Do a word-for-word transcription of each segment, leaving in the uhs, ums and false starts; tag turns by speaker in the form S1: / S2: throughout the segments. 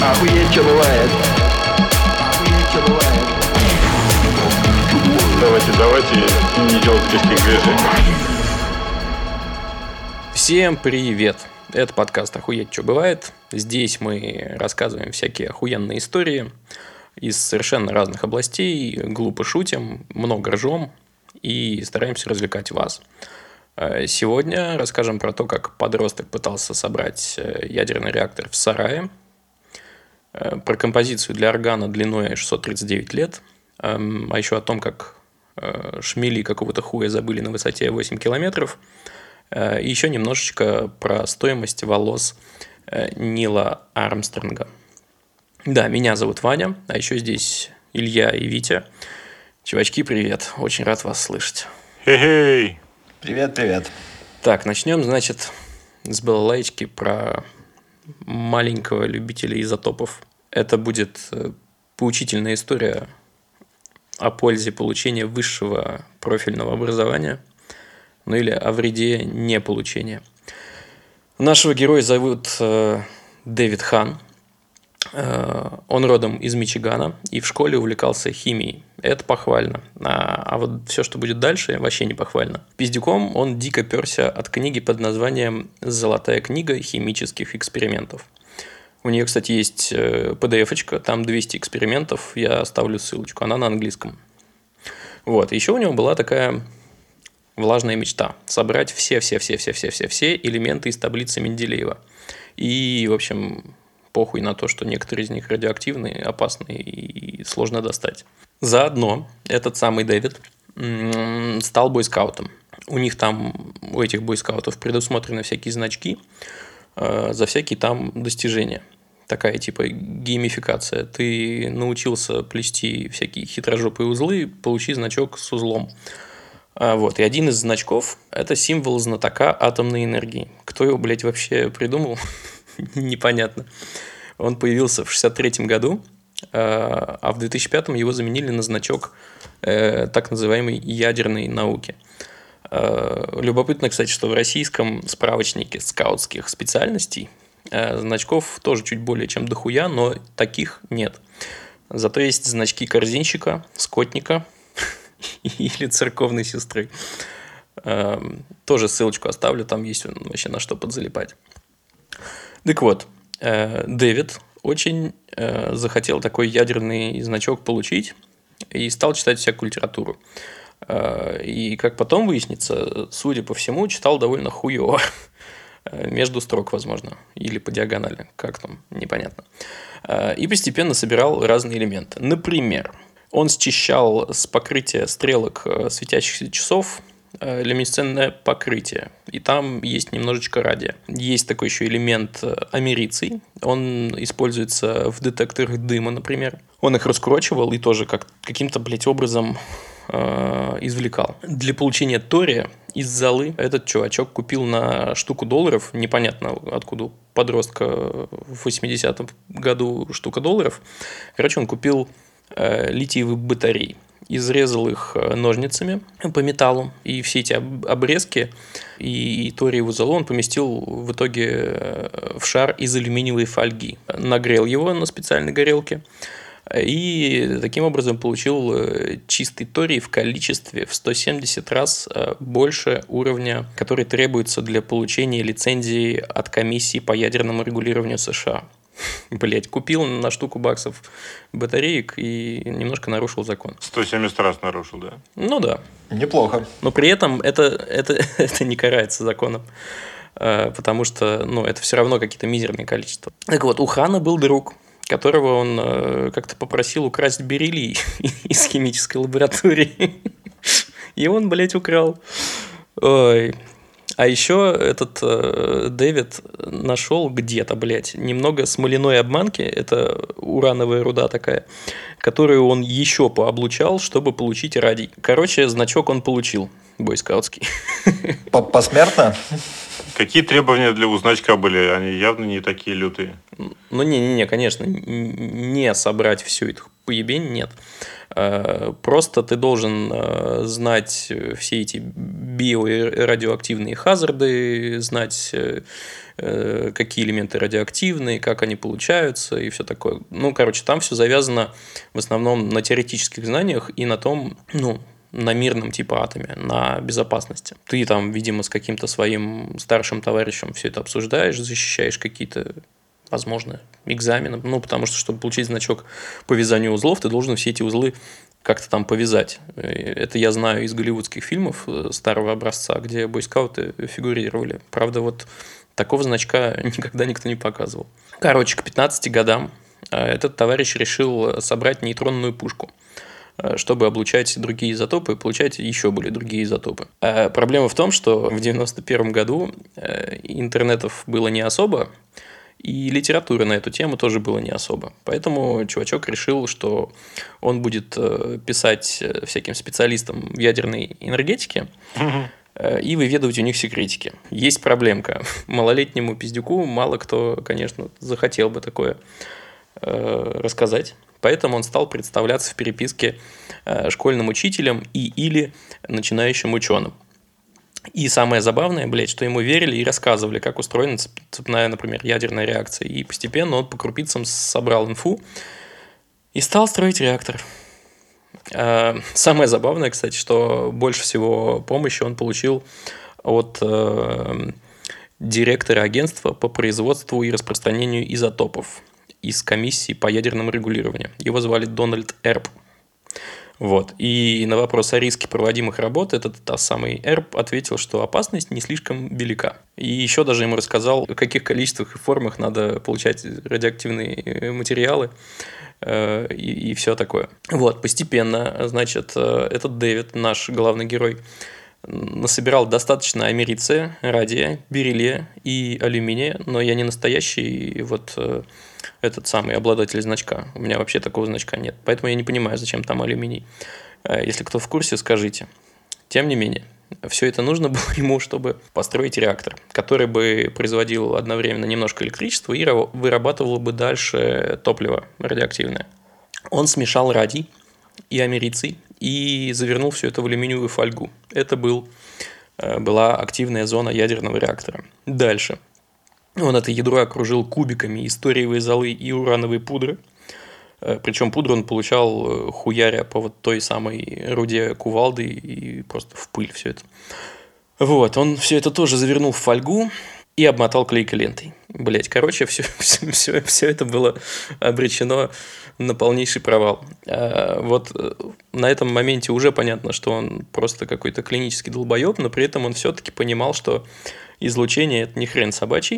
S1: Охуеть, что бывает. Охуеть, что бывает.
S2: Давайте, давайте не делать резких движений.
S3: Всем привет! Это подкаст «Охуеть, что бывает». Здесь мы рассказываем всякие охуенные истории из совершенно разных областей, глупо шутим, много ржем и стараемся развлекать вас. Сегодня расскажем про то, как подросток пытался собрать ядерный реактор в сарае, про композицию для органа длиной шестьсот тридцать девять лет, а еще о том, как шмели какого-то хуя забыли на высоте восемь километров, и еще немножечко про стоимость волос Нила Армстронга. Да, меня зовут Ваня, а еще здесь Илья и Витя. Чувачки, привет, очень рад вас слышать.
S2: Хей-хей!
S1: Привет, привет.
S3: Так, начнем, значит, с балалайки про маленького любителя изотопов. Это будет поучительная история о пользе получения высшего профильного образования, ну или о вреде неполучения. Нашего героя зовут э, Дэвид Хан. Э, он родом из Мичигана и в школе увлекался химией. Это похвально. А, а вот все, что будет дальше, вообще не похвально. Пиздюком он дико перся от книги под названием «Золотая книга химических экспериментов». У нее, кстати, есть пи ди эф-очка, там двести экспериментов, я оставлю ссылочку, она на английском. Вот, еще у него была такая влажная мечта – собрать все-все-все-все-все-все элементы из таблицы Менделеева. И, в общем, похуй на то, что некоторые из них радиоактивные, опасные и сложно достать. Заодно этот самый Дэвид стал бойскаутом. У них там, у этих бойскаутов предусмотрены всякие значки э, за всякие там достижения. Такая типа геймификация. Ты научился плести всякие хитрожопые узлы, получи значок с узлом. А вот. И один из значков – это символ знатока атомной энергии. Кто его, блядь, вообще придумал? Непонятно. Он появился в шестьдесят третьем году, а в две тысячи пятом его заменили на значок э, так называемой ядерной науки. Э, любопытно, кстати, что в российском справочнике скаутских специальностей э, значков тоже чуть более чем дохуя, но таких нет. Зато есть значки корзинщика, скотника или церковной сестры. Э, тоже ссылочку оставлю, там есть вообще на что подзалипать. Так вот, э, Дэвид очень э, захотел такой ядерный значок получить и стал читать всякую литературу. Э, и, как потом выяснится, судя по всему, читал довольно хуёво. Между строк, возможно, или по диагонали, как там, непонятно. Э, и постепенно собирал разные элементы. Например, он счищал с покрытия стрелок светящихся часов люминесцентное покрытие, и там есть немножечко радия. Есть такой еще элемент америций, он используется в детекторах дыма, например. Он их раскручивал и тоже как, каким-то, блядь, образом э, извлекал. Для получения тория из золы этот чувачок купил на штуку долларов, непонятно откуда у подростка в восьмидесятом году штука долларов. Короче, он купил э, литиевые батареи. Изрезал их ножницами по металлу, и все эти обрезки и, и ториевую золу он поместил в итоге в шар из алюминиевой фольги. Нагрел его на специальной горелке и таким образом получил чистый торий в количестве в сто семьдесят раз больше уровня, который требуется для получения лицензии от комиссии по ядерному регулированию США. Блять, купил на штуку баксов батареек и немножко нарушил закон.
S2: сто семьдесят раз нарушил, да?
S3: Ну да.
S1: Неплохо.
S3: Но при этом это, это, это не карается законом, потому что ну, это все равно какие-то мизерные количества. Так вот, у Хана был друг, которого он как-то попросил украсть бериллий из химической лаборатории. И он, блять, украл. Ой... А еще этот э, Дэвид нашел где-то, блядь, немного смоляной обманки, это урановая руда такая, которую он еще пооблучал, чтобы получить радий. Короче, значок он получил, бойскаутский.
S1: Посмертно?
S2: Какие требования для у значка были? Они явно не такие лютые.
S3: Ну, не-не-не, конечно, не собрать всю эту поебень нет. Просто ты должен знать все эти био- и радиоактивные хазарды, знать, какие элементы радиоактивные, как они получаются и все такое. Ну, короче, там все завязано в основном на теоретических знаниях и на том, ну, на мирном типа атоме, на безопасности. Ты там, видимо, с каким-то своим старшим товарищем все это обсуждаешь, защищаешь какие-то, возможно, экзамены. Ну, потому что, чтобы получить значок по вязанию узлов, ты должен все эти узлы как-то там повязать. Это я знаю из голливудских фильмов старого образца, где бойскауты фигурировали. Правда, вот такого значка никогда никто не показывал. Короче, к пятнадцати годам этот товарищ решил собрать нейтронную пушку, чтобы облучать другие изотопы и получать еще более другие изотопы. А проблема в том, что в девяносто первом году интернетов было не особо, и литературы на эту тему тоже было не особо. Поэтому чувачок решил, что он будет писать всяким специалистам в ядерной энергетике и выведывать у них секретики. Есть проблемка. Малолетнему пиздюку мало кто, конечно, захотел бы такое рассказать. Поэтому он стал представляться в переписке школьным учителем и или начинающим ученым. И самое забавное, блядь, что ему верили и рассказывали, как устроена цепная, например, ядерная реакция. И постепенно он по крупицам собрал инфу и стал строить реактор. Самое забавное, кстати, что больше всего помощи он получил от э, директора агентства по производству и распространению изотопов из комиссии по ядерному регулированию. Его звали Дональд Эрб. Вот. И на вопрос о риске проводимых работ этот та самый Эрб ответил, что опасность не слишком велика. И еще даже ему рассказал, в каких количествах и формах надо получать радиоактивные материалы э, и, и все такое. Вот. Постепенно, значит, этот Дэвид, наш главный герой, насобирал достаточно америция, радия, бериллия и алюминия, но я не настоящий вот э, этот самый обладатель значка. У меня вообще такого значка нет. Поэтому я не понимаю, зачем там алюминий. Если кто в курсе, скажите. Тем не менее, все это нужно было ему, чтобы построить реактор, который бы производил одновременно немножко электричества и вырабатывал бы дальше топливо радиоактивное. Он смешал радий и америций и завернул все это в алюминиевую фольгу. Это был, была активная зона ядерного реактора. Дальше. Он это ядро окружил кубиками из ториевой золы и урановой пудры. Причем пудру он получал хуяря по вот той самой руде кувалды и просто в пыль все это. Вот, он все это тоже завернул в фольгу и обмотал клейкой лентой. Блять, короче, все, все, все, все это было обречено на полнейший провал. А вот на этом моменте уже понятно, что он просто какой-то клинический долбоеб, но при этом он все-таки понимал, что излучение – это не хрен собачий.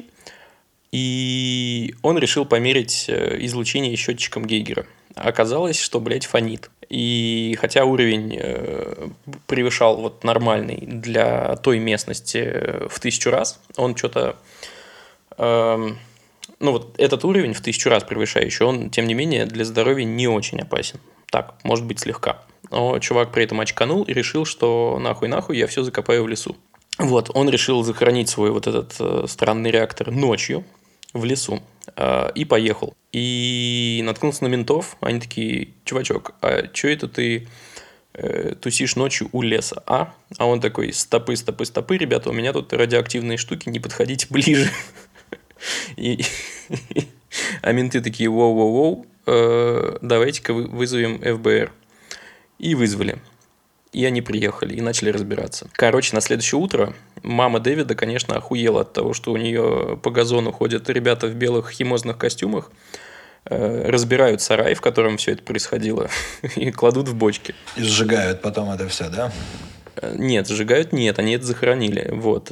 S3: И он решил померить излучение счетчиком Гейгера. Оказалось, что, блядь, фонит. И хотя уровень превышал вот нормальный для той местности в тысячу раз, он что-то... Э, ну вот этот уровень в тысячу раз превышающий, он, тем не менее, для здоровья не очень опасен. Так, может быть, слегка. Но чувак при этом очканул и решил, что нахуй-нахуй я все закопаю в лесу. Вот, он решил захоронить свой вот этот э, странный реактор ночью в лесу э, и поехал. И наткнулся на ментов. Они такие: чувачок, а что это ты э, тусишь ночью у леса, а? А он такой: стопы, стопы, стопы, ребята, у меня тут радиоактивные штуки, не подходите ближе. А менты такие: воу-воу-воу, давайте-ка вызовем эф бэ эр. И вызвали. И они приехали и начали разбираться. Короче, на следующее утро мама Дэвида, конечно, охуела от того, что у нее по газону ходят ребята в белых химозных костюмах, э, разбирают сарай, в котором все это происходило, и кладут в бочки.
S1: И сжигают потом это все, да?
S3: Нет, сжигают нет, они это захоронили. Вот.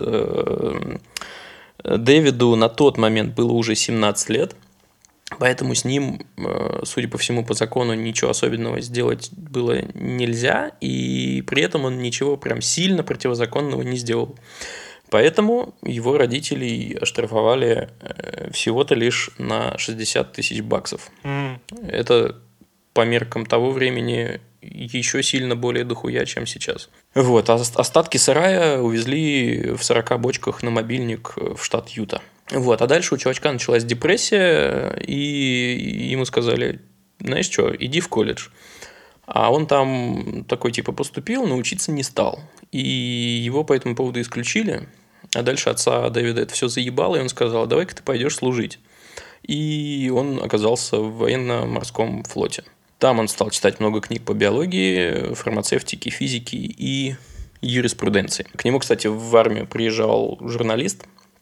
S3: Дэвиду на тот момент было уже семнадцать лет. Поэтому с ним, судя по всему, по закону ничего особенного сделать было нельзя, и при этом он ничего прям сильно противозаконного не сделал. Поэтому его родителей оштрафовали всего-то лишь на шестьдесят тысяч баксов. Mm. Это по меркам того времени еще сильно более дохуя, чем сейчас. Вот, а остатки сарая увезли в сорока бочках на мобильник в штат Юта. Вот, а дальше у чувачка началась депрессия, и ему сказали: знаешь что, иди в колледж. А он там такой типа поступил, но учиться не стал. И его по этому поводу исключили. А дальше отца Дэвида это все заебало, и он сказал, давай-ка ты пойдешь служить. И он оказался в военно-морском флоте. Там он стал читать много книг по биологии, фармацевтике, физике и юриспруденции. К нему, кстати, в армию приезжал журналист,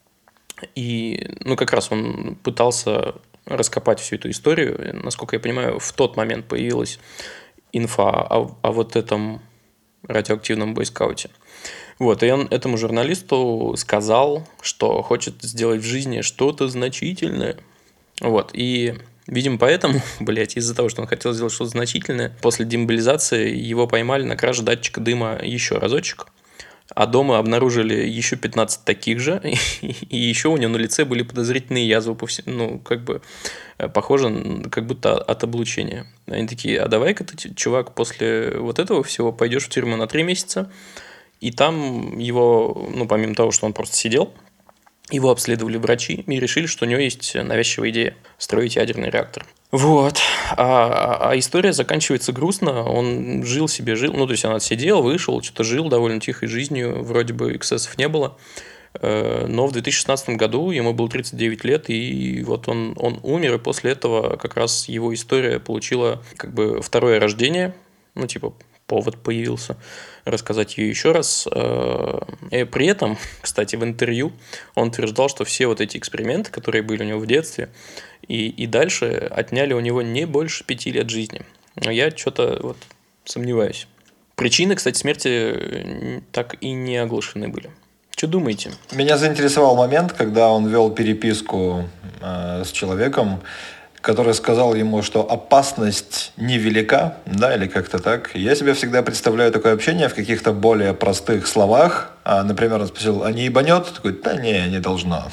S3: и ну, как раз он пытался раскопать всю эту историю. Насколько я понимаю, в тот момент появилась инфа о, о вот этом радиоактивном бойскауте. Вот, и он этому журналисту сказал, что хочет сделать в жизни что-то значительное. Вот, и, видимо, поэтому, блядь, из-за того, что он хотел сделать что-то значительное, после демобилизации его поймали на краже датчика дыма еще разочек, а дома обнаружили еще пятнадцать таких же, и еще у него на лице были подозрительные язвы, ну, как бы, похоже, как будто от облучения. Они такие, а давай-ка ты, чувак, после вот этого всего пойдешь в тюрьму на три месяца, и там его, ну, помимо того, что он просто сидел, его обследовали врачи и решили, что у него есть навязчивая идея строить ядерный реактор. Вот. А, а история заканчивается грустно. Он жил себе, жил. Ну, то есть, он отсидел, вышел, что-то жил довольно тихой жизнью. Вроде бы эксцессов не было. Но в две тысячи шестнадцатом году ему было тридцать девять лет, и вот он, он умер, и после этого как раз его история получила как бы второе рождение. Ну, типа, повод появился рассказать ее еще раз. И при этом, кстати, в интервью он утверждал, что все вот эти эксперименты, которые были у него в детстве, и, и дальше отняли у него не больше пяти лет жизни. Но я что-то вот сомневаюсь. Причины, кстати, смерти так и не оглашены были. Что думаете?
S1: Меня заинтересовал момент, когда он вел переписку э, с человеком, который сказал ему, что опасность невелика, да, или как-то так. Я себе всегда представляю такое общение в каких-то более простых словах. А, например, он спросил, а не ебанет? Такой, да не, не должно.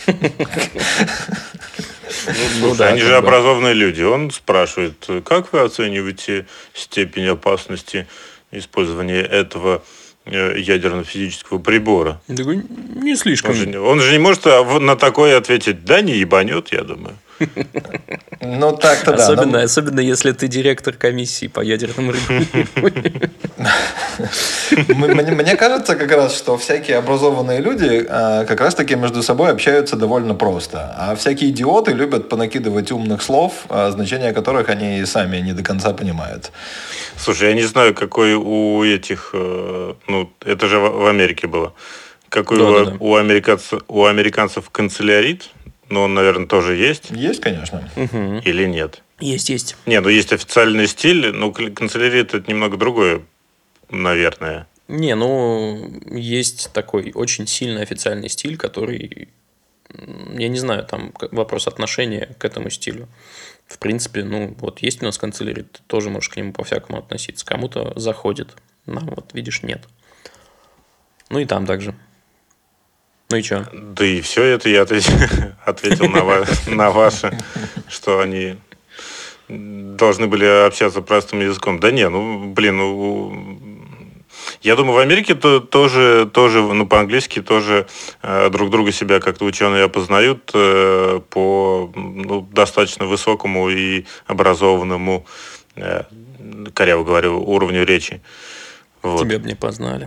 S2: Слушай, они же образованные люди. Он спрашивает, как вы оцениваете степень опасности использования этого ядерно-физического прибора?
S3: Не слишком.
S2: Он же, он же не может на такое ответить, да не ебанет, я думаю.
S1: Ну, так-то да.
S3: Особенно, но... особенно, если ты директор комиссии по ядерному регулированию.
S1: Мне, мне кажется как раз, что всякие образованные люди как раз-таки между собой общаются довольно просто. А всякие идиоты любят понакидывать умных слов, значения которых они сами не до конца понимают.
S2: Слушай, я не знаю, какой у этих... Ну, это же в Америке было. Какой да, у, да, да. у, американцев, у американцев канцелярит. Ну, он, наверное, тоже есть.
S1: Есть, конечно.
S3: Угу.
S2: Или нет?
S3: Есть, есть.
S2: Не, ну есть официальный стиль, но канцелярит это немного другое, наверное.
S3: Не, ну, есть такой очень сильный официальный стиль, который, я не знаю, там вопрос отношения к этому стилю. В принципе, ну, вот есть у нас канцелярит, ты тоже можешь к нему по-всякому относиться. Кому-то заходит, нам, вот видишь, нет. Ну, и там также. Ну и что?
S2: Да и все это я ответил на ваше, что они должны были общаться простым языком. Да не, ну, блин, ну... Я думаю, в Америке то, тоже, тоже, ну, по-английски тоже э, друг друга себя как-то ученые опознают э, по ну, достаточно высокому и образованному, э, коряво говорю, уровню речи. Вот.
S3: Тебя бы не познали.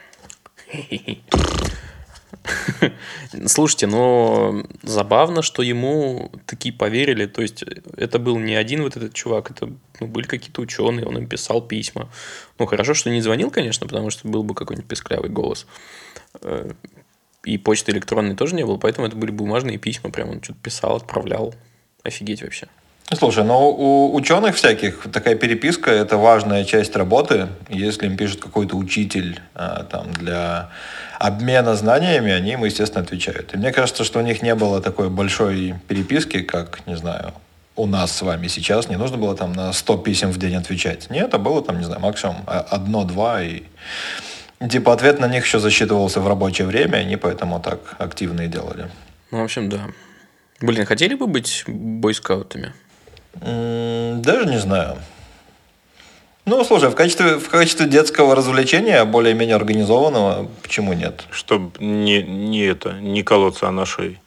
S3: Слушайте, но забавно, что ему такие поверили. То есть, это был не один вот этот чувак, это ну, были какие-то ученые, он им писал письма. Ну, хорошо, что не звонил, конечно, потому что был бы какой-нибудь песклявый голос. И почты электронной тоже не было, поэтому это были бумажные письма. Прям он что-то писал, отправлял. Офигеть вообще.
S1: Слушай, но у ученых всяких такая переписка – это важная часть работы. Если им пишет какой-то учитель там, для обмена знаниями, они ему, естественно, отвечают. И мне кажется, что у них не было такой большой переписки, как, не знаю, у нас с вами сейчас. Не нужно было там на сто писем в день отвечать. Нет, это было там, не знаю, максимум одно-два. И типа ответ на них еще засчитывался в рабочее время, они поэтому так активно и делали.
S3: Ну, в общем, да. Блин, хотели бы быть бойскаутами?
S1: Даже не знаю. Ну, слушай, в качестве, в качестве детского развлечения, более-менее организованного, почему нет?
S2: Чтобы не, не это, не колоться о нашей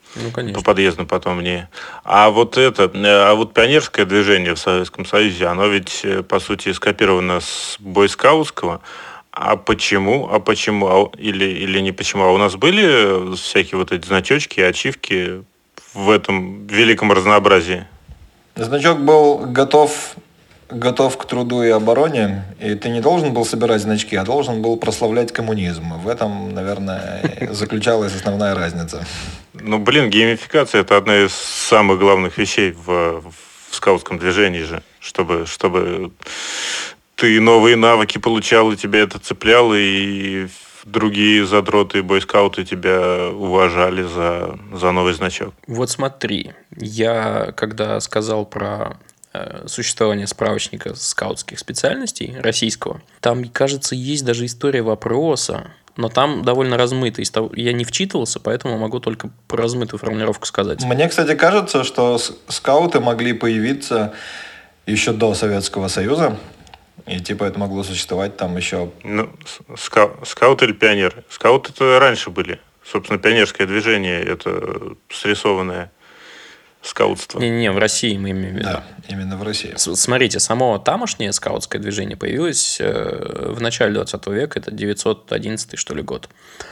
S3: Ну, конечно.
S2: По подъезду потом мне. А вот это, а вот пионерское движение в Советском Союзе, оно ведь, э, по сути, скопировано с бойскаутского. А почему? А почему? А, или, или не почему? А у нас были всякие вот эти значочки, ачивки в этом великом разнообразии?
S1: Значок был готов, готов к труду и обороне, и ты не должен был собирать значки, а должен был прославлять коммунизм. В этом, наверное, заключалась основная разница.
S2: Ну, блин, геймификация – это одна из самых главных вещей в, в скаутском движении же, чтобы, чтобы ты новые навыки получал, и тебя это цепляло, и другие задроты, бойскауты тебя уважали за, за новый значок.
S3: Вот смотри, я когда сказал про э, существование справочника скаутских специальностей российского, там, кажется, есть даже история вопроса, но там довольно размыто. Я не вчитывался, поэтому могу только про размытую формулировку сказать.
S1: Мне, кстати, кажется, что скауты могли появиться еще до Советского Союза. И типа это могло существовать там еще...
S2: Ну, ска... скаут или пионеры? Скауты это раньше были. Собственно, пионерское движение – это срисованное скаутство.
S3: Не-не-не, в России мы имеем в виду.
S1: Да, именно в России.
S3: Смотрите, само тамошнее скаутское движение появилось в начале двадцатого века, это девятьсот одиннадцатый, что ли, год.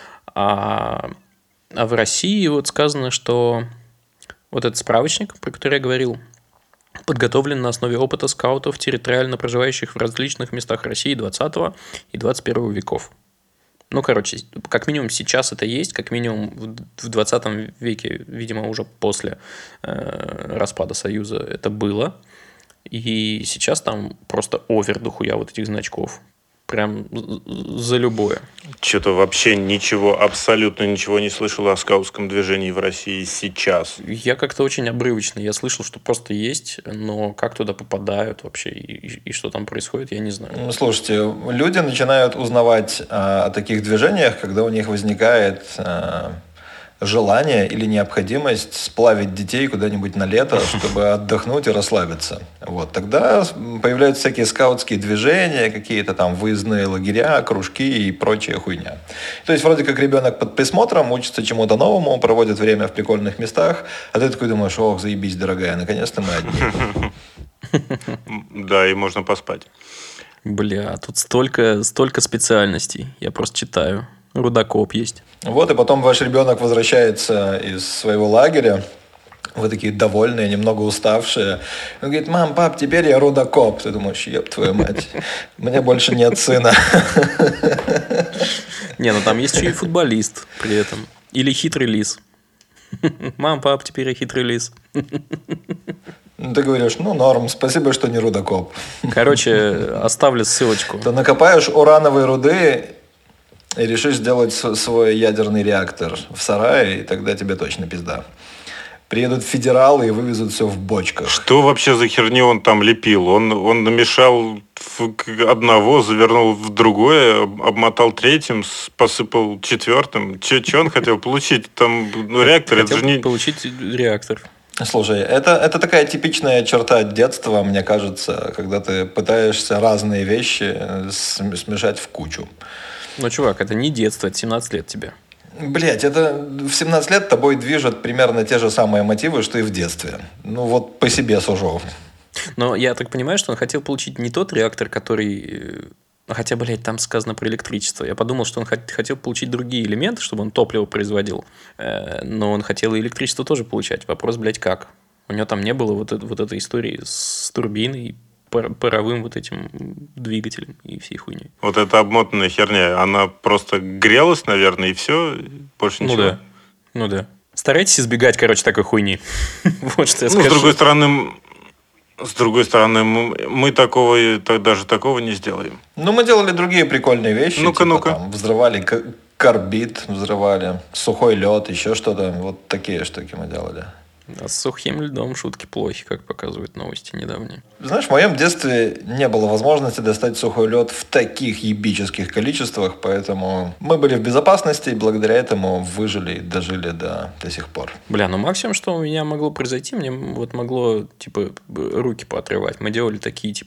S3: А, а в России вот сказано, что вот этот справочник, про который я говорил, подготовлен на основе опыта скаутов, территориально проживающих в различных местах России двадцатого и двадцать первого веков. Ну, короче, как минимум сейчас это есть, как минимум в двадцатом веке, видимо, уже после э, распада Союза это было. И сейчас там просто овер дохуя вот этих значков. Прям за любое.
S2: Что-то вообще ничего, абсолютно ничего не слышал о скаутском движении в России сейчас.
S3: Я как-то очень обрывочно. Я слышал, что просто есть, но как туда попадают вообще и, и что там происходит, я не знаю.
S1: Ну, слушайте, люди начинают узнавать э, о таких движениях, когда у них возникает э, желание или необходимость сплавить детей куда-нибудь на лето, чтобы отдохнуть и расслабиться. Вот. Тогда появляются всякие скаутские движения, какие-то там выездные лагеря, кружки и прочая хуйня. То есть вроде как ребенок под присмотром учится чему-то новому, проводит время в прикольных местах, а ты такой думаешь: ох, заебись, дорогая, наконец-то мы одни.
S2: Да, и можно поспать.
S3: Бля, тут столько, столько специальностей. Я просто читаю. Рудокоп есть.
S1: Вот, и потом ваш ребенок возвращается из своего лагеря. Вы такие довольные, немного уставшие. Он говорит: мам, пап, теперь я рудокоп. Ты думаешь: еб твою мать, мне больше нет сына.
S3: Не, ну там есть еще и футболист при этом. Или хитрый лис. Мам, пап, теперь я хитрый лис.
S1: Ну, ты говоришь: ну, норм, спасибо, что не рудокоп.
S3: Короче, оставлю ссылочку.
S1: Ты накопаешь урановой руды и решишь сделать свой ядерный реактор в сарае, и тогда тебе точно пизда. Приедут федералы и вывезут все в бочках.
S2: Что вообще за херню он там лепил? Он, он намешал в одного, завернул в другое, обмотал третьим, посыпал четвертым. Че, че он хотел получить? Там, ну, реактор,
S3: Хотел
S2: это же не...
S3: получить реактор.
S1: Слушай, это, это такая типичная черта детства, мне кажется, когда ты пытаешься разные вещи смешать в кучу.
S3: Ну, чувак, это не детство, это семнадцать лет тебе.
S1: Блять, это в семнадцать лет тобой движут примерно те же самые мотивы, что и в детстве. Ну вот по себе сужу.
S3: Но я так понимаю, что он хотел получить не тот реактор, который... Хотя, блядь, там сказано про электричество. Я подумал, что он хотел получить другие элементы, чтобы он топливо производил. Но он хотел и электричество тоже получать. Вопрос, блядь, как? У него там не было вот, это, вот этой истории с турбиной, паровым вот этим двигателем и всей хуйней.
S2: Вот эта обмотанная херня, она просто грелась, наверное, и все, больше ничего.
S3: Ну да, ну да. Старайтесь избегать, короче, такой хуйни. Вот что я
S2: скажу. Ну, с другой стороны, с другой стороны, мы, мы такого, даже такого не сделаем.
S1: Ну, мы делали другие прикольные вещи.
S2: Ну-ка,
S1: типа,
S2: ну-ка.
S1: Там, взрывали карбид, взрывали сухой лед, еще что-то. Вот такие штуки мы делали.
S3: А с сухим льдом шутки плохи, как показывают новости недавние.
S1: Знаешь, в моем детстве не было возможности достать сухой лед в таких ебических количествах, поэтому мы были в безопасности и благодаря этому выжили и дожили до, до сих пор.
S3: Бля, ну максимум, что у меня могло произойти, мне вот могло, типа, руки поотрывать. Мы делали такие, типа,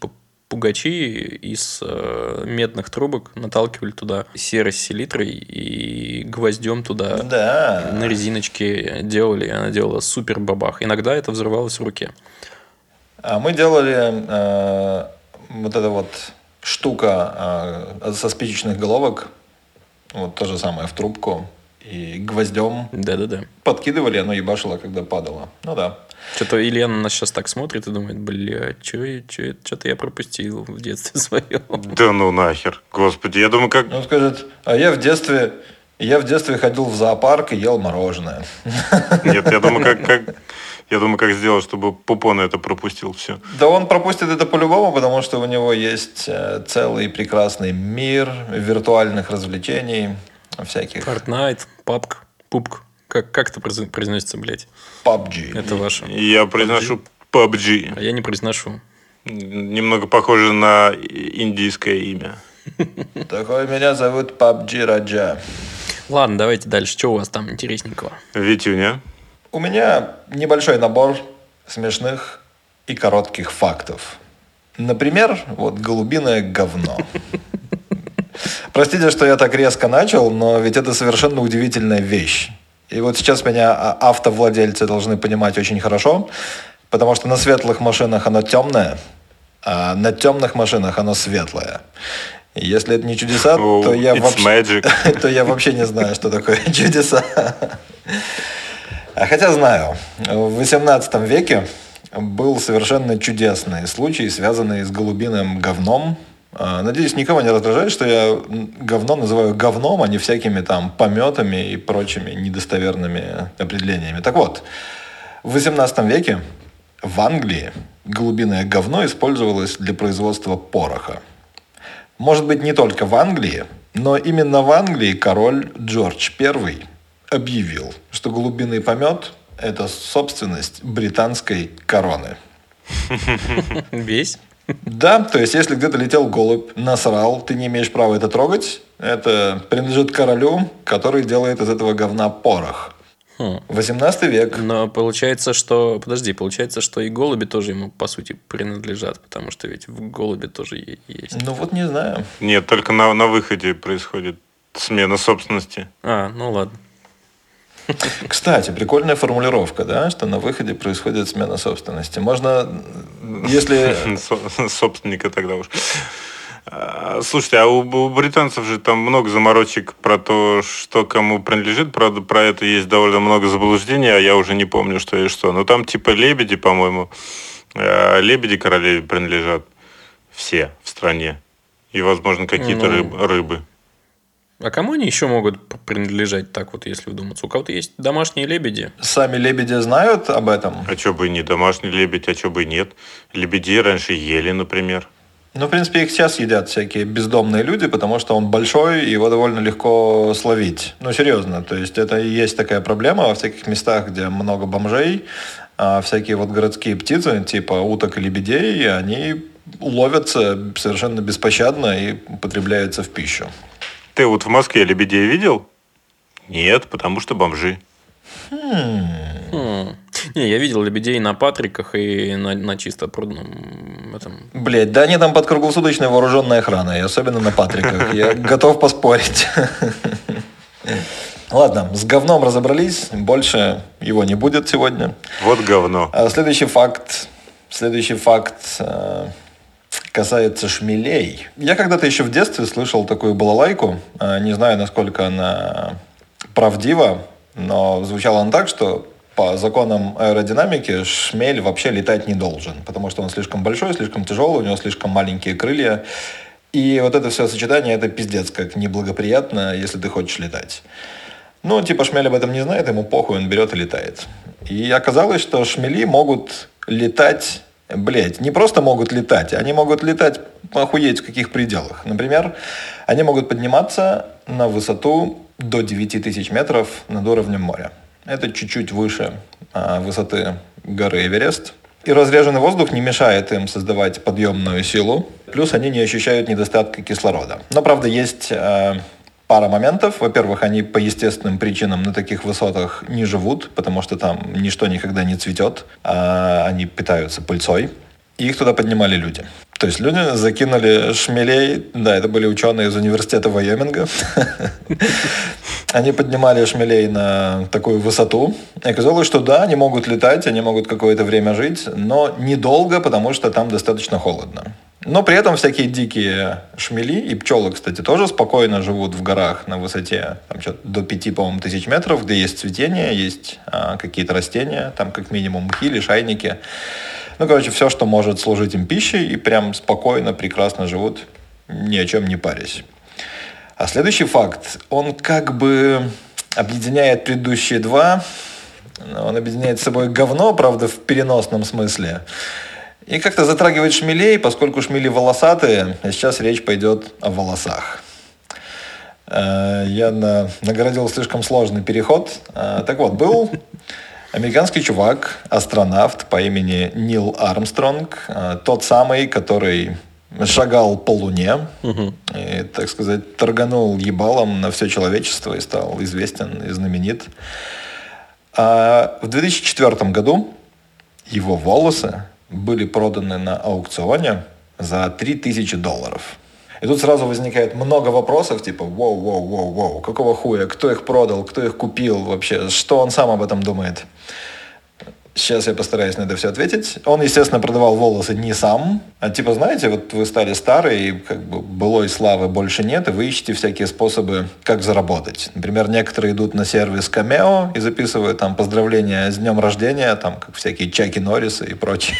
S3: пугачи из э, медных трубок наталкивали туда серой селитрой и гвоздем туда
S1: Да.
S3: на резиночке делали, и она делала супер бабах. Иногда это взрывалось в руке.
S1: А мы делали э, вот эта вот штука э, со спичечных головок, вот то же самое в трубку, и гвоздем
S3: Да-да-да.
S1: подкидывали, оно ебашило, когда падало. Ну да.
S3: Что-то Ильяна нас сейчас так смотрит и думает, бля, что-то я пропустил в детстве своем.
S2: Да ну нахер. Господи, я думаю, как...
S1: Он скажет, а я в детстве, я в детстве ходил в зоопарк и ел мороженое.
S2: Нет, я думаю, как, как... Я думаю, как сделать, чтобы Пупон это пропустил все.
S1: Да он пропустит это по-любому, потому что у него есть э, целый прекрасный мир виртуальных развлечений всяких.
S3: Fortnite, папк, пупк. Как, как это произ- произносится, блядь?
S1: пабг.
S3: Это ваше.
S2: Я произношу пабг.
S3: А я не произношу.
S2: Немного похоже на индийское имя.
S1: Такой меня зовут пабг Раджа.
S3: Ладно, давайте дальше. Что у вас там интересненького?
S2: Витюня.
S1: У меня небольшой набор смешных и коротких фактов. Например, вот голубиное говно. Простите, что я так резко начал, но ведь это совершенно удивительная вещь. И вот сейчас меня автовладельцы должны понимать очень хорошо, потому что на светлых машинах оно темное, а на темных машинах оно светлое. И если это не чудеса,
S2: Oh,
S1: то, я
S2: it's
S1: вообще,
S2: magic.
S1: то я вообще не знаю, что такое чудеса. А хотя знаю, в восемнадцатом веке был совершенно чудесный случай, связанный с голубиным говном. Надеюсь, никого не раздражает, что я говно называю говном, а не всякими там пометами и прочими недостоверными определениями. Так вот, в восемнадцатом веке в Англии голубиное говно использовалось для производства пороха. Может быть, не только в Англии, но именно в Англии король Джордж Первый объявил, что голубиный помет – это собственность британской короны.
S3: Весь?
S1: Да, то есть, если где-то летел голубь, насрал, ты не имеешь права это трогать. Это принадлежит королю, который делает из этого говна порох.
S3: Хм.
S1: восемнадцатый век.
S3: Но получается, что... Подожди, получается, что и голуби тоже ему, по сути, принадлежат, потому что ведь в голубе тоже е- есть.
S1: Ну вот не знаю.
S2: Нет, только на, на выходе происходит смена собственности.
S3: А, ну ладно.
S1: Кстати, прикольная формулировка, да, что на выходе происходит смена собственности. Можно, если...
S2: Со- Собственника тогда уж. А, Слушайте, а у, у британцев же там много заморочек про то, что кому принадлежит. Правда, про это есть довольно много заблуждений, а я уже не помню, что и что. Но там типа лебеди, по-моему, а, лебеди королеве принадлежат все в стране. И, возможно, какие-то
S3: Ну.
S2: рыб- рыбы.
S3: А кому они еще могут п- принадлежать так вот, если вдуматься? У кого-то есть домашние лебеди?
S1: Сами лебеди знают об этом.
S2: А чё бы и не домашний лебедь, а чё бы и нет. Лебедей раньше ели, например.
S1: Ну, в принципе, их сейчас едят всякие бездомные люди, потому что он большой, и его довольно легко словить. Ну, серьезно, то есть это и есть такая проблема во всяких местах, где много бомжей, а всякие вот городские птицы, типа уток и лебедей, они ловятся совершенно беспощадно и употребляются в пищу.
S2: Ты вот в Москве лебедей видел? Нет, потому что бомжи.
S3: Хм. Не, я видел лебедей на Патриках и на, на чистопрудном этом.
S1: Блять, да они там под круглосуточной вооруженной охраной, особенно на Патриках. Я готов поспорить. Ладно, с говном разобрались, больше его не будет сегодня.
S2: Вот говно.
S1: А следующий факт, следующий факт э, касается шмелей. Я когда-то еще в детстве слышал такую балалайку, э, не знаю, насколько она правдива, но звучала она так, что по законам аэродинамики шмель вообще летать не должен, потому что он слишком большой, слишком тяжелый, у него слишком маленькие крылья. И вот это все сочетание, это пиздец как неблагоприятно, если ты хочешь летать. Ну, типа шмель об этом не знает, ему похуй, он берет и летает. И оказалось, что шмели могут летать, блять, не просто могут летать, они могут летать, охуеть в каких пределах. Например, они могут подниматься на высоту до девять тысяч метров над уровнем моря. Это чуть-чуть выше а, высоты горы Эверест. И разреженный воздух не мешает им создавать подъемную силу. Плюс они не ощущают недостатка кислорода. Но, правда, есть э, пара моментов. Во-первых, они по естественным причинам на таких высотах не живут, потому что там ничто никогда не цветет. А они питаются пыльцой. И их туда поднимали люди. То есть люди закинули шмелей, да, это были ученые из университета Вайоминга. Они поднимали шмелей на такую высоту. И оказалось, что да, они могут летать, они могут какое-то время жить, но недолго, потому что там достаточно холодно. Но при этом всякие дикие шмели и пчелы, кстати, тоже спокойно живут в горах на высоте там, до пяти, по-моему, тысяч метров, где есть цветение, есть а, какие-то растения, там как минимум мхи, лишайники. Ну, короче, все, что может служить им пищей, и прям спокойно, прекрасно живут, ни о чем не парясь. А следующий факт, он как бы объединяет предыдущие два. Он объединяет с собой говно, правда, в переносном смысле. И как-то затрагивает шмелей, поскольку шмели волосатые, а сейчас речь пойдет о волосах. Я на, наградил слишком сложный переход. Так вот, был американский чувак, астронавт по имени Нил Армстронг, тот самый, который шагал по Луне угу. и, так сказать, торганул ебалом на все человечество и стал известен и знаменит. А в две тысячи четвёртом году его волосы были проданы на аукционе за три тысячи долларов. И тут сразу возникает много вопросов, типа, воу-воу-воу-воу, какого хуя, кто их продал, кто их купил вообще, что он сам об этом думает. Сейчас я постараюсь на это все ответить. Он, естественно, продавал волосы не сам, а типа, знаете, вот вы стали старые, и как бы былой славы больше нет, и вы ищете всякие способы, как заработать. Например, некоторые идут на сервис Cameo и записывают там поздравления с днем рождения, там как всякие Чаки Норрисы и прочее.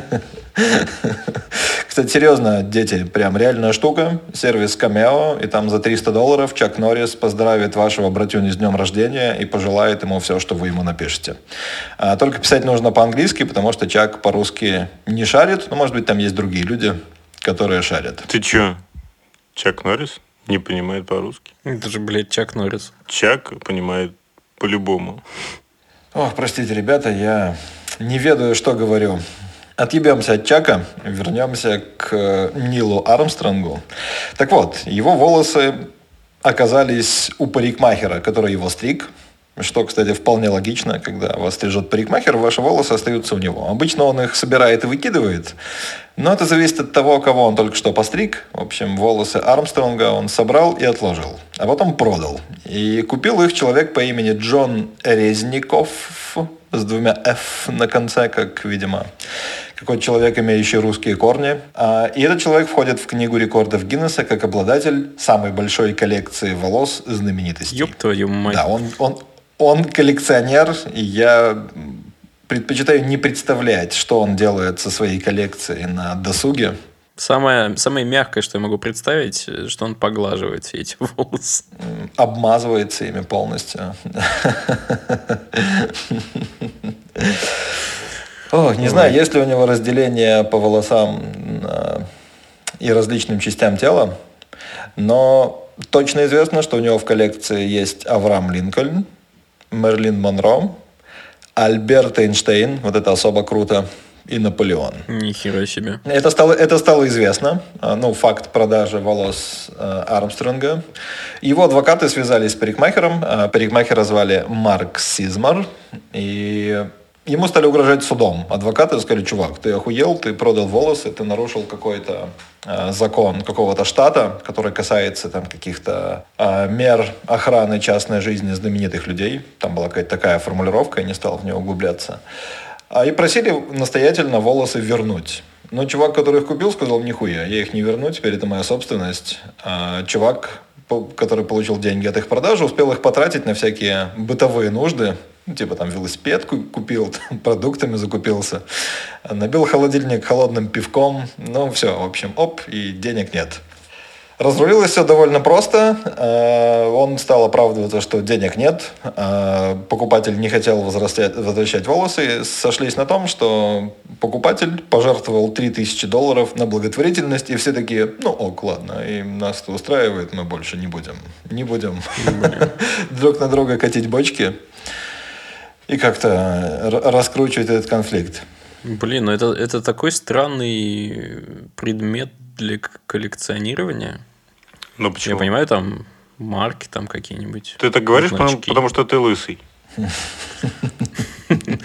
S1: Кстати, серьезно, дети, прям реальная штука. Сервис Cameo, и там за триста долларов Чак Норрис поздравит вашего братюню с днем рождения и пожелает ему все, что вы ему напишете. А, только писать нужно по-английски, потому что Чак по-русски не шарит. Ну, может быть, там есть другие люди, которые шарят.
S2: Ты чё? Чак Норрис не понимает по-русски?
S3: Это же, блядь, Чак Норрис.
S2: Чак понимает по-любому.
S1: Ох, простите, ребята, я не ведаю, что говорю. Отъебемся от Чака, вернемся к Нилу Армстронгу. Так вот, его волосы оказались у парикмахера, который его стриг. Что, кстати, вполне логично, когда вас стрижет парикмахер, ваши волосы остаются у него. Обычно он их собирает и выкидывает, но это зависит от того, кого он только что постриг. В общем, волосы Армстронга он собрал и отложил, а потом продал. И купил их человек по имени Джон Резников, с двумя «ф» на конце, как, видимо, какой-то человек, имеющий русские корни. И этот человек входит в книгу рекордов Гиннесса как обладатель самой большой коллекции волос знаменитостей.
S3: Ёб твою мать.
S1: Да, он, он, он коллекционер, и я предпочитаю не представлять, что он делает со своей коллекцией на досуге.
S3: Самое, самое мягкое, что я могу представить, что он поглаживает все эти волосы.
S1: Обмазывается ими полностью. О, не знаю, есть ли у него разделение по волосам и различным частям тела, но точно известно, что у него в коллекции есть Авраам Линкольн, Мерлин Монро, Альберт Эйнштейн, вот это особо круто, и Наполеон.
S3: Нихера себе.
S1: Это стало, это стало известно. Ну, факт продажи волос э, Армстронга. Его адвокаты связались с парикмахером. Парикмахера звали Марк Сизмар. И ему стали угрожать судом. Адвокаты сказали: чувак, ты охуел, ты продал волосы, ты нарушил какой-то э, закон какого-то штата, который касается там каких-то э, мер охраны частной жизни знаменитых людей. Там была какая-то такая формулировка, я не стал в нее углубляться. И просили настоятельно волосы вернуть. Но чувак, который их купил, сказал: нихуя, я их не верну, теперь это моя собственность. А чувак, который получил деньги от их продажи, успел их потратить на всякие бытовые нужды. Ну, типа там велосипед купил, там, продуктами закупился. Набил холодильник холодным пивком. Ну все, в общем, оп, и денег нет. Разрулилось все довольно просто. Он стал оправдываться, что денег нет. Покупатель не хотел возвращать, возвращать волосы. Сошлись на том, что покупатель пожертвовал три тысячи долларов на благотворительность. И все такие: ну ок, ладно, и нас это устраивает, мы больше не будем. Не будем друг на друга катить бочки и как-то раскручивать этот конфликт.
S3: Блин, ну это, это такой странный предмет для коллекционирования.
S2: Ну почему?
S3: Я понимаю, там марки там какие-нибудь.
S2: Ты так говоришь, потому, потому что ты лысый.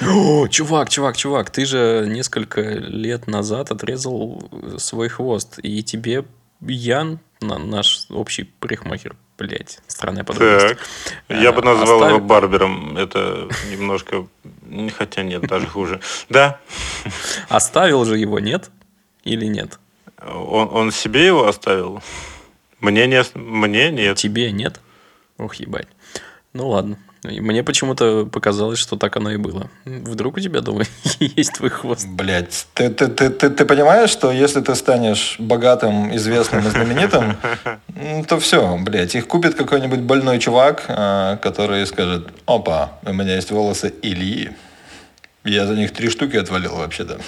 S3: О, чувак, чувак, чувак, ты же несколько лет назад отрезал свой хвост, и тебе Ян, на- наш общий парикмахер, блядь, странная подробность,
S2: Так. Я бы
S3: э,
S2: назвал его
S3: оставил,
S2: барбером. Это немножко... не- Хотя нет, даже хуже. Да,
S3: оставил же его, нет? Или нет?
S2: он, он себе его оставил. Мне, не, ос- мне нет.
S3: Тебе нет? Ох, ебать. Ну ладно. И мне почему-то показалось, что так оно и было. Вдруг у тебя дома есть твой хвост?
S1: Блять, ты, ты, ты, ты, ты понимаешь, что если ты станешь богатым, известным и знаменитым, м, то все, блять, их купит какой-нибудь больной чувак, а, который скажет: опа, у меня есть волосы Ильи. Я за них три штуки отвалил вообще-то.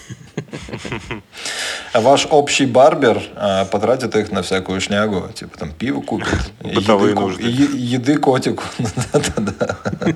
S1: А ваш общий барбер а, потратит их на всякую шнягу. Типа там пиво купит.
S2: Бытовые
S1: еды, ку-
S2: нужды.
S1: е- еды котику. Да-да-да.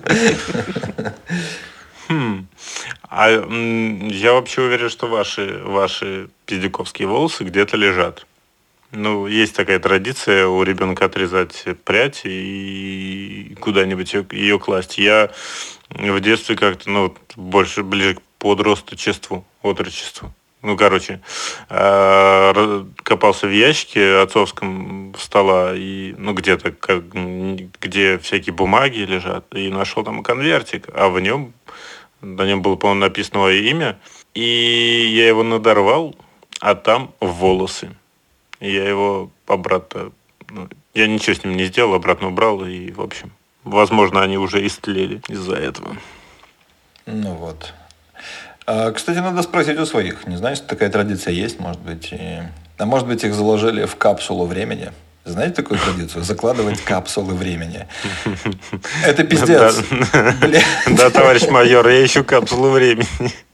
S2: Хм. А м, я вообще уверен, что ваши, ваши пиздюковские волосы где-то лежат. Ну, есть такая традиция у ребенка отрезать прядь и куда-нибудь ее, ее класть. Я в детстве как-то, ну, вот больше ближе к подростчеству, отрочеству. Ну, короче, а, ра- копался в ящике отцовском стола, и, ну, где-то, как, м, где всякие бумаги лежат, и нашел там конвертик, а в нем, на нем было, по-моему, написано мое имя, и я его надорвал, а там волосы. И я его обратно... ну, я ничего с ним не сделал, обратно убрал, и, в общем, возможно, они уже истлели из-за этого.
S1: Ну вот. А, кстати, надо спросить у своих. Не знаешь, такая традиция есть, может быть. и- А может быть, их заложили в капсулу времени. Знаете такую традицию? Закладывать капсулы времени. Это
S2: Да,
S1: пиздец. Бля.
S2: да, товарищ майор, я ищу капсулу времени.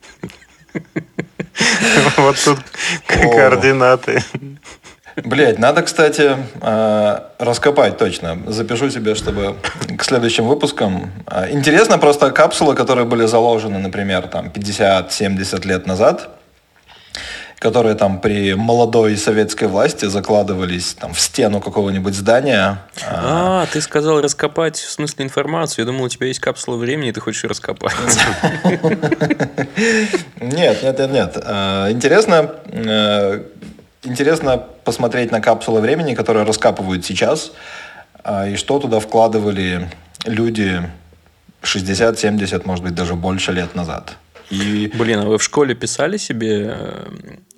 S2: Вот тут
S1: О.
S2: координаты.
S1: Блять, надо, кстати, э, раскопать точно. Запишу себе, чтобы к следующим выпускам. Э, Интересно просто капсулы, которые были заложены, например, там пятьдесят-семьдесят лет назад, которые там при молодой советской власти закладывались там в стену какого-нибудь здания. А,
S3: А, ты сказал раскопать, в смысле информацию. Я думал, у тебя есть капсула времени, и ты хочешь ее раскопать.
S1: Нет, нет, нет, нет. Э, Интересно, э, интересно посмотреть на капсулы времени, которые раскапывают сейчас, а, и что туда вкладывали люди шестьдесят, семьдесят, может быть, даже больше лет назад. И
S3: Блин, а вы в школе писали себе э,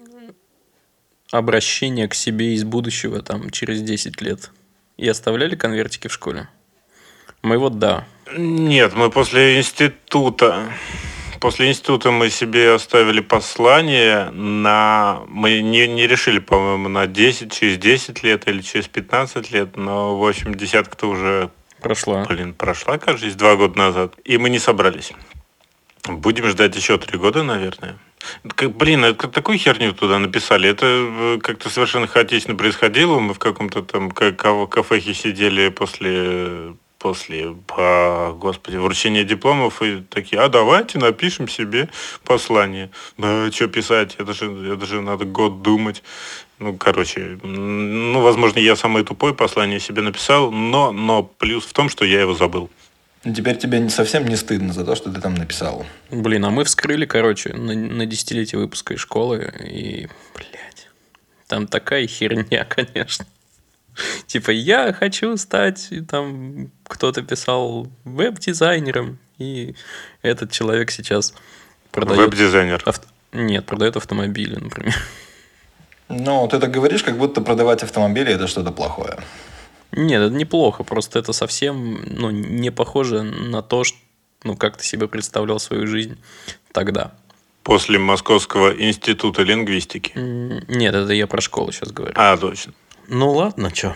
S3: обращение к себе из будущего там через десять лет? И оставляли конвертики в школе? Мы вот да.
S2: Нет, мы после института... После института мы себе оставили послание на... Мы не, не решили, по-моему, на десять, через десять лет или через пятнадцать лет, но, в общем, десятка-то уже,
S3: Прошла.
S2: блин, прошла, кажется, два года назад. И мы не собрались. Будем ждать еще три года, наверное. Как, блин, это такую херню туда написали. Это э, как-то совершенно хаотично происходило. Мы в каком-то там ка- ка- кафехе сидели после, после а, господи, вручения дипломов и такие: а давайте напишем себе послание. А, что писать? Это же, это же надо год думать. Ну, короче, м, ну, возможно, я самое тупое послание себе написал, но, но плюс в том, что я его забыл.
S1: теперь тебе не- совсем не стыдно за то, что ты там написал.
S3: Блин, а мы вскрыли, короче, на, на десятилетие выпуска из школы, и, блядь, там такая херня, конечно. Типа, я хочу стать, и там кто-то писал веб-дизайнером, и этот человек сейчас продает...
S2: Веб-дизайнер.
S3: авт- Нет, продает автомобили, например.
S1: Ну, ты так говоришь, как будто продавать автомобили – это что-то плохое.
S3: Нет, это неплохо, просто это совсем ну, не похоже на то, ш- ну, как ты себе представлял свою жизнь тогда.
S2: После Московского института лингвистики.
S3: М, Нет, это я про школу сейчас говорю.
S2: А, точно.
S3: Ну ладно, чё.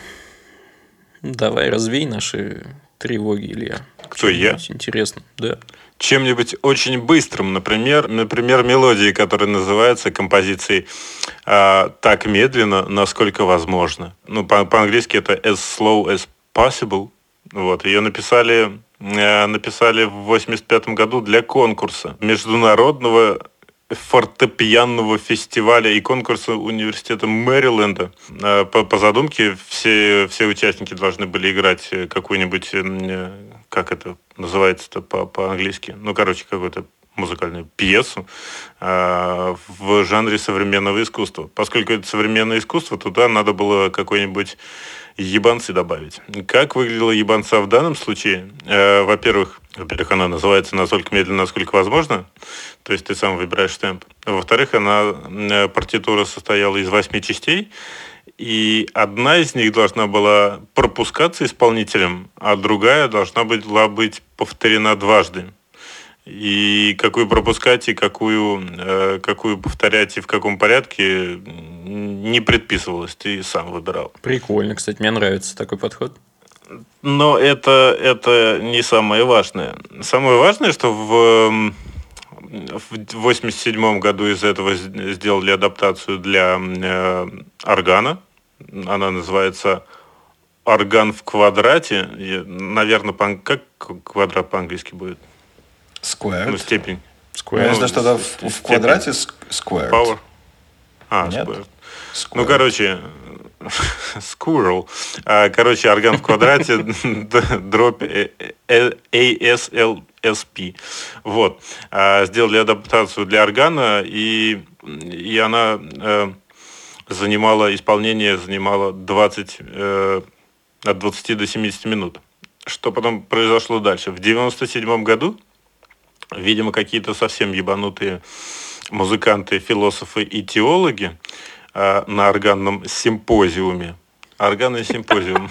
S3: Давай развей наши тревоги, Илья.
S2: Кто, я?
S3: Чем-нибудь интересно, да.
S2: Чем-нибудь очень быстрым, например, например, мелодии, которая называется композицией а, «Так медленно, насколько возможно». Ну, по- по-английски это «as slow as possible». Вот. Ее написали, э, написали в восемьдесят пятом году для конкурса международного фортепианного фестиваля и конкурса университета Мэриленда. Э, По, по задумке все, все участники должны были играть э, какую-нибудь, э, как это называется-то по- по-английски, ну, короче, какой-то музыкальную пьесу э, в жанре современного искусства. Поскольку это современное искусство, туда надо было какой-нибудь ебанцы добавить. Как выглядела ебанца в данном случае? Э, во-первых, во-первых, она называется настолько медленно, насколько возможно. То есть ты сам выбираешь темп. Во-вторых, она э, партитура состояла из восьми частей. И одна из них должна была пропускаться исполнителем, а другая должна была быть повторена дважды. И какую пропускать, и какую, э, какую повторять, и в каком порядке не предписывалось, ты сам выбирал.
S3: Прикольно, кстати, мне нравится такой подход.
S2: Но это, это не самое важное. Самое важное, что в, в восемьдесят седьмом году из этого сделали адаптацию для э, органа. Она называется «Орган в квадрате». И, наверное, по, как квадрат по-английски будет?
S1: Squared.
S2: Ну, степень.
S3: Square.
S1: Если что-то в, в квадрате squared.
S2: Power. А,
S1: Нет?
S2: squared.
S1: Squared.
S2: Ну, короче, squirrel. А, короче, орган в квадрате, дробь эй эс эл эс пи. Вот. А, сделали адаптацию для органа, и, и она э, занимала, исполнение занимало двадцать, э, от двадцати до семидесяти минут. Что потом произошло дальше? В девяносто седьмом году, видимо, какие-то совсем ебанутые музыканты, философы и теологи э, на органном симпозиуме. Органный симпозиум.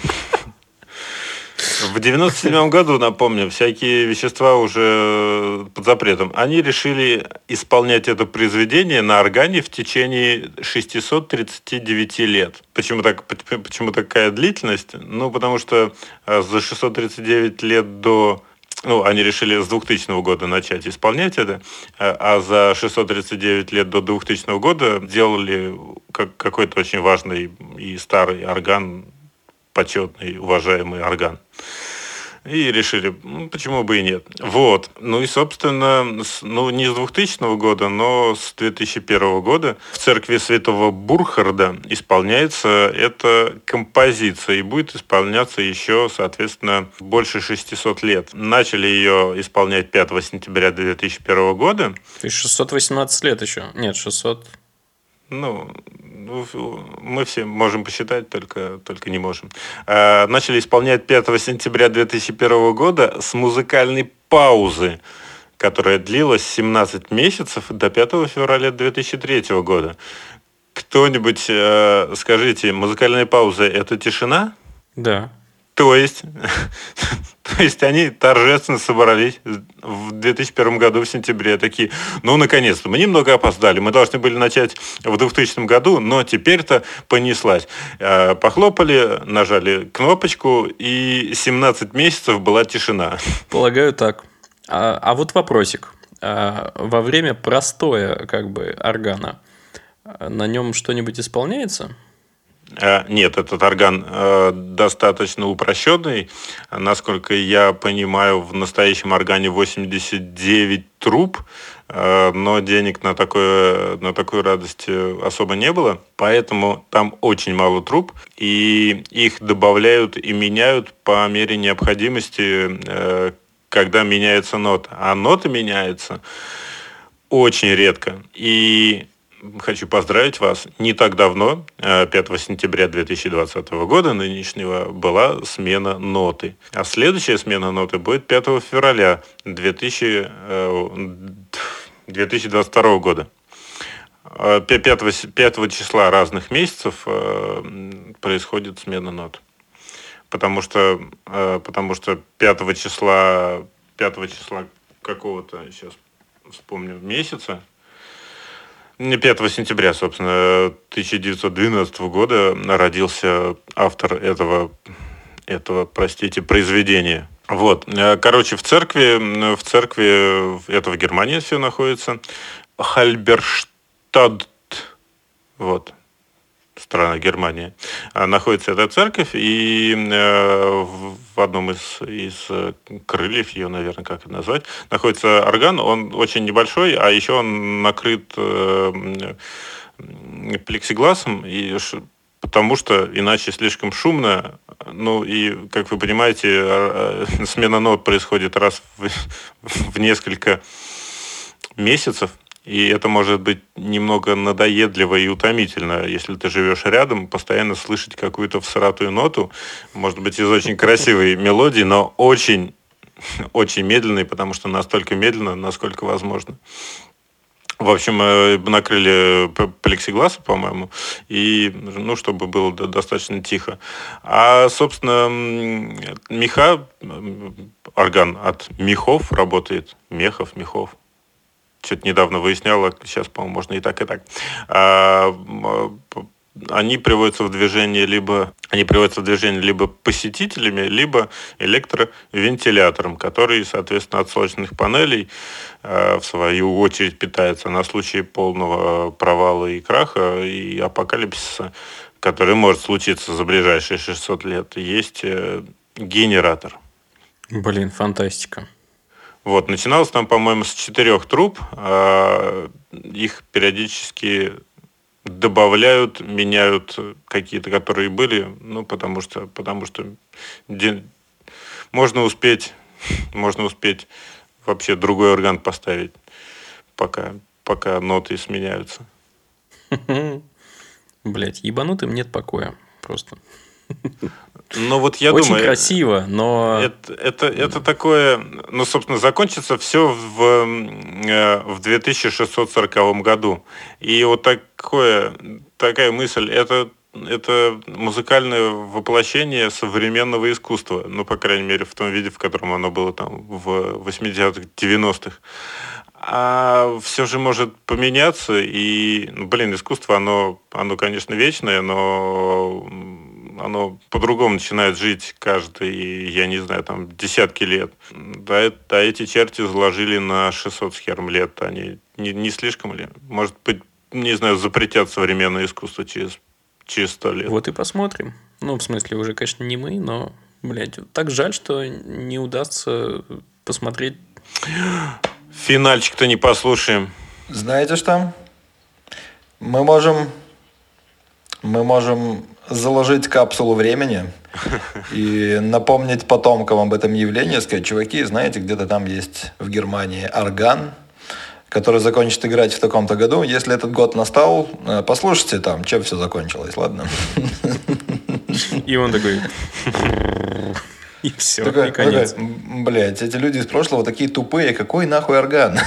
S2: В девяносто седьмом году, напомню, всякие вещества уже под запретом. Они решили исполнять это произведение на органе в течение шестисот тридцати девяти лет. Почему, так, почему такая длительность? Ну, потому что за шестьсот тридцать девять лет до... Ну, они решили с двухтысячного года начать исполнять это, а за шестьсот тридцать девять лет до двухтысячного года делали как, какой-то очень важный и старый орган, почетный, уважаемый орган. И решили, ну, почему бы и нет. Вот. Ну и, собственно, с, ну, не с двухтысячного года, но с две тысячи первого года в церкви святого Бурхарда исполняется эта композиция и будет исполняться еще, соответственно, больше шестисот лет. Начали ее исполнять пятого сентября две тысячи первого года.
S3: То есть шестьсот восемнадцать лет еще? Нет, шестьсот...
S2: Ну, мы все можем посчитать, только, только не можем. А, начали исполнять пятого сентября две тысячи первого года с музыкальной паузы, которая длилась семнадцать месяцев до пятого февраля две тысячи третьего года. Кто-нибудь э, скажите, музыкальная пауза – это тишина?
S3: Да.
S2: То есть, то есть они торжественно собрались в две тысячи первом году в сентябре, такие, ну, наконец-то, мы немного опоздали, мы должны были начать в двухтысячном году, но теперь-то понеслась. Похлопали, нажали кнопочку, и семнадцать месяцев была тишина.
S3: Полагаю, так. А, а вот вопросик. А во время простоя, как бы, органа, на нем что-нибудь исполняется?
S2: Нет, этот орган э, достаточно упрощенный. Насколько я понимаю, в настоящем органе восемьдесят девять труб, э, но денег на, такое, на такую радость особо не было. Поэтому там очень мало труб, и их добавляют и меняют по мере необходимости, э, когда меняется нота. А нота меняется очень редко. И хочу поздравить вас. Не так давно, пятого сентября две тысячи двадцатого года нынешнего, была смена ноты. А следующая смена ноты будет пятого февраля две тысячи двадцать второго года. пятого числа разных месяцев происходит смена нот. Потому что, потому что пятого числа, пятого числа какого-то, сейчас вспомню, месяца, пятого сентября, собственно, тысяча девятьсот двенадцатого года родился автор этого, этого, простите, произведения. Вот. Короче, в церкви, в церкви, это в Германии все находится, Хальберштадт, вот, страна Германия, находится эта церковь, и в одном из, из крыльев ее, наверное, как это назвать, находится орган. Он очень небольшой, а еще он накрыт плексигласом, и, потому что иначе слишком шумно. Ну и, как вы понимаете, смена нот происходит раз в, в несколько месяцев. И это может быть немного надоедливо и утомительно, если ты живешь рядом, постоянно слышать какую-то всратую ноту, может быть, из очень красивой мелодии, но очень, очень медленной, потому что настолько медленно, насколько возможно. В общем, э, накрыли п- плексигласом, по-моему, и, ну, чтобы было д- достаточно тихо. А, собственно, м, меха, м, орган от мехов работает. Мехов, мехов. Что-то недавно выяснял, а сейчас, по-моему, можно и так, и так. А, м, а, п- Они приводятся в движение либо они приводятся в движение либо посетителями, либо электровентилятором, который, соответственно, от солнечных панелей э, в свою очередь питается на случай полного провала и краха и апокалипсиса, который может случиться за ближайшие шестьсот лет. Есть э, генератор.
S3: Блин, фантастика.
S2: Вот, начиналось там, по-моему, с четырех труб. а, Их периодически добавляют, меняют какие-то, которые были, ну, потому что, потому что де- можно успеть, можно успеть вообще другой орган поставить, пока, пока ноты сменяются.
S3: Блять, ебанутым нет покоя. Просто.
S2: Но вот я
S3: Очень
S2: думаю,
S3: красиво, но...
S2: это, это, это такое, ну, собственно, закончится все в, м, э, в две тысячи шестьсот сороковом году. И вот такое, такая мысль, это, это музыкальное воплощение современного искусства, ну, по крайней мере, в том виде, в котором оно было там в восьмидесятых, девяностых. А все же может поменяться, и, ну, блин, искусство, оно, оно, конечно, вечное, но м, оно по-другому начинает жить каждый, я не знаю, там, десятки лет. Да, э- да, эти черти заложили на шестьсот с хером лет, они не, не слишком ли? Может быть, не знаю, запретят современное искусство через, через сто лет.
S3: Вот и посмотрим. Ну, в смысле, уже, конечно, не мы, но, блядь, так жаль, что не удастся посмотреть.
S2: Финальчик-то не послушаем.
S1: Знаете что? Мы можем, мы можем заложить капсулу времени и напомнить потомкам об этом явлении, сказать, чуваки, знаете, где-то там есть в Германии орган, который закончит играть в таком-то году. Если этот год настал, э, послушайте там, чем все закончилось, ладно?
S3: И он такой... И все,
S1: Такой,
S3: и конец.
S1: такой, блядь, эти люди из прошлого такие тупые, какой нахуй орган?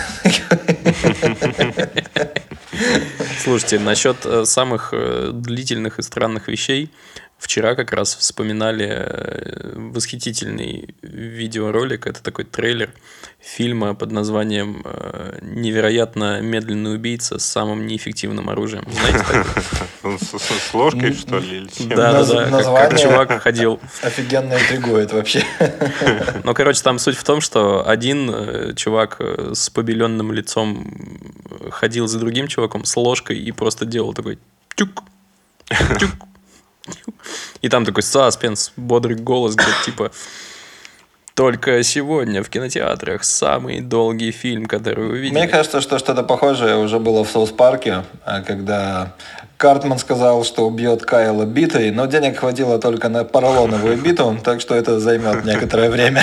S3: Слушайте, насчет э, самых э, длительных и странных вещей. Вчера как раз вспоминали э, восхитительный видеоролик. Это такой трейлер фильма под названием э, «Невероятно медленный убийца с самым неэффективным оружием». Знаете такое?
S2: С, с- с ложкой, что ли? Или чем?
S3: Да, да,
S1: Наз-
S3: да. Как,
S1: название-
S3: как чувак ходил.
S1: Офигенно интригует вообще.
S3: Ну, короче, там суть в том, что один э, чувак э, с побеленным лицом э, ходил за другим чуваком с ложкой и просто делал такой тюк, тюк. И там такой саспенс, бодрый голос, где типа только сегодня в кинотеатрах самый долгий фильм, который вы увидели.
S1: Мне кажется, что что-то похожее уже было в Соус-парке, а, когда Картман сказал, что убьет Кайла битой, но денег хватило только на поролоновую биту, так что это займет некоторое время.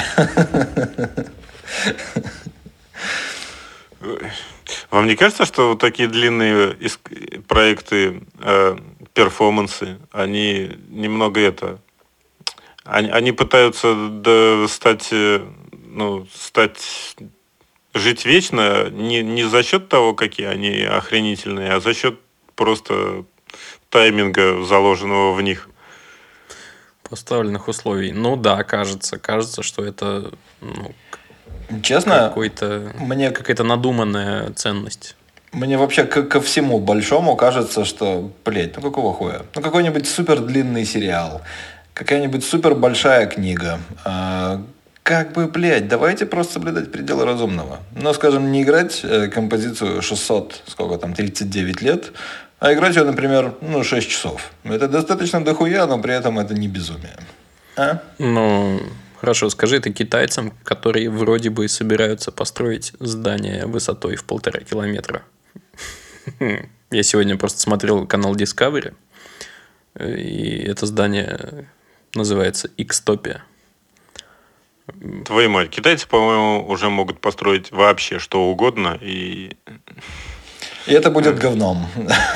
S2: Вам не кажется, что вот такие длинные иск- проекты, э, перформансы, они немного это... Они, они пытаются да, стать, э, ну, стать... Жить вечно не, не за счет того, какие они охренительные, а за счет просто тайминга, заложенного в них.
S3: Поставленных условий. Ну да, кажется. Кажется, что это ну,
S1: Честно,
S3: какой-то,
S1: мне
S3: какая-то надуманная ценность.
S1: Мне вообще ко, ко всему большому кажется, что, блядь, ну какого хуя? Ну какой-нибудь супер длинный сериал, какая-нибудь супер большая книга. А, как бы, блядь, давайте просто соблюдать пределы разумного. Ну, скажем, не играть э, композицию шестьсот, сколько там, тридцать девять лет, а играть ее, например, ну, шесть часов. Это достаточно дохуя, но при этом это не безумие. А?
S3: Ну, хорошо, скажи это китайцам, которые вроде бы собираются построить здание высотой в полтора километра. Я сегодня просто смотрел канал Discovery, и это здание называется Xtopia.
S2: Твою мать, китайцы, по-моему, уже могут построить вообще что угодно, и...
S1: И это будет говном.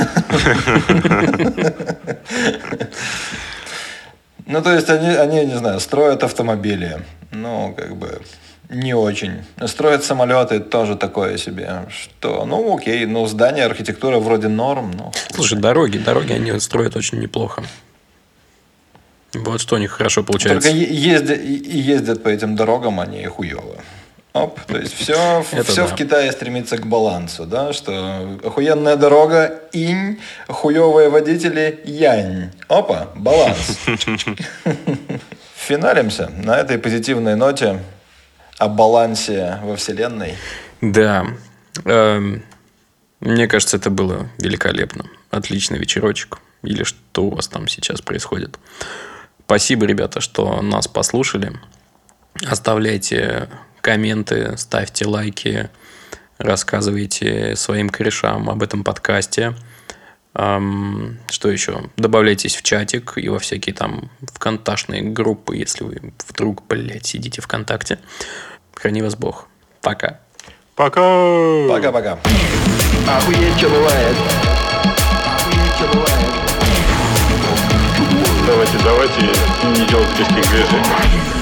S1: Ну, то есть, они, они, не знаю, строят автомобили. Ну, как бы, не очень. Строят самолеты тоже такое себе. Что, ну, окей, ну, здание, архитектура вроде норм. Ну,
S3: Слушай, дороги, дороги они строят очень неплохо. Вот что у них хорошо получается.
S1: Только ездят, ездят по этим дорогам, они хуёво. Оп, то есть все, все да. в Китае стремится к балансу, да, что охуенная дорога инь, хуёвые водители янь. Опа, баланс. Финалимся на этой позитивной ноте о балансе во вселенной.
S3: Да, эм, мне кажется, это было великолепно. Отличный вечерочек. Или что у вас там сейчас происходит. Спасибо, ребята, что нас послушали. Оставляйте комменты, ставьте лайки, рассказывайте своим корешам об этом подкасте. Эм, что еще? Добавляйтесь в чатик и во всякие там вконташные группы, если вы вдруг, блядь, сидите ВКонтакте. Храни вас Бог. Пока.
S2: Пока.
S1: Пока-пока.
S4: Охуеть, что бывает. Охуеть, что бывает.
S2: Давайте, давайте не делать лишних движений.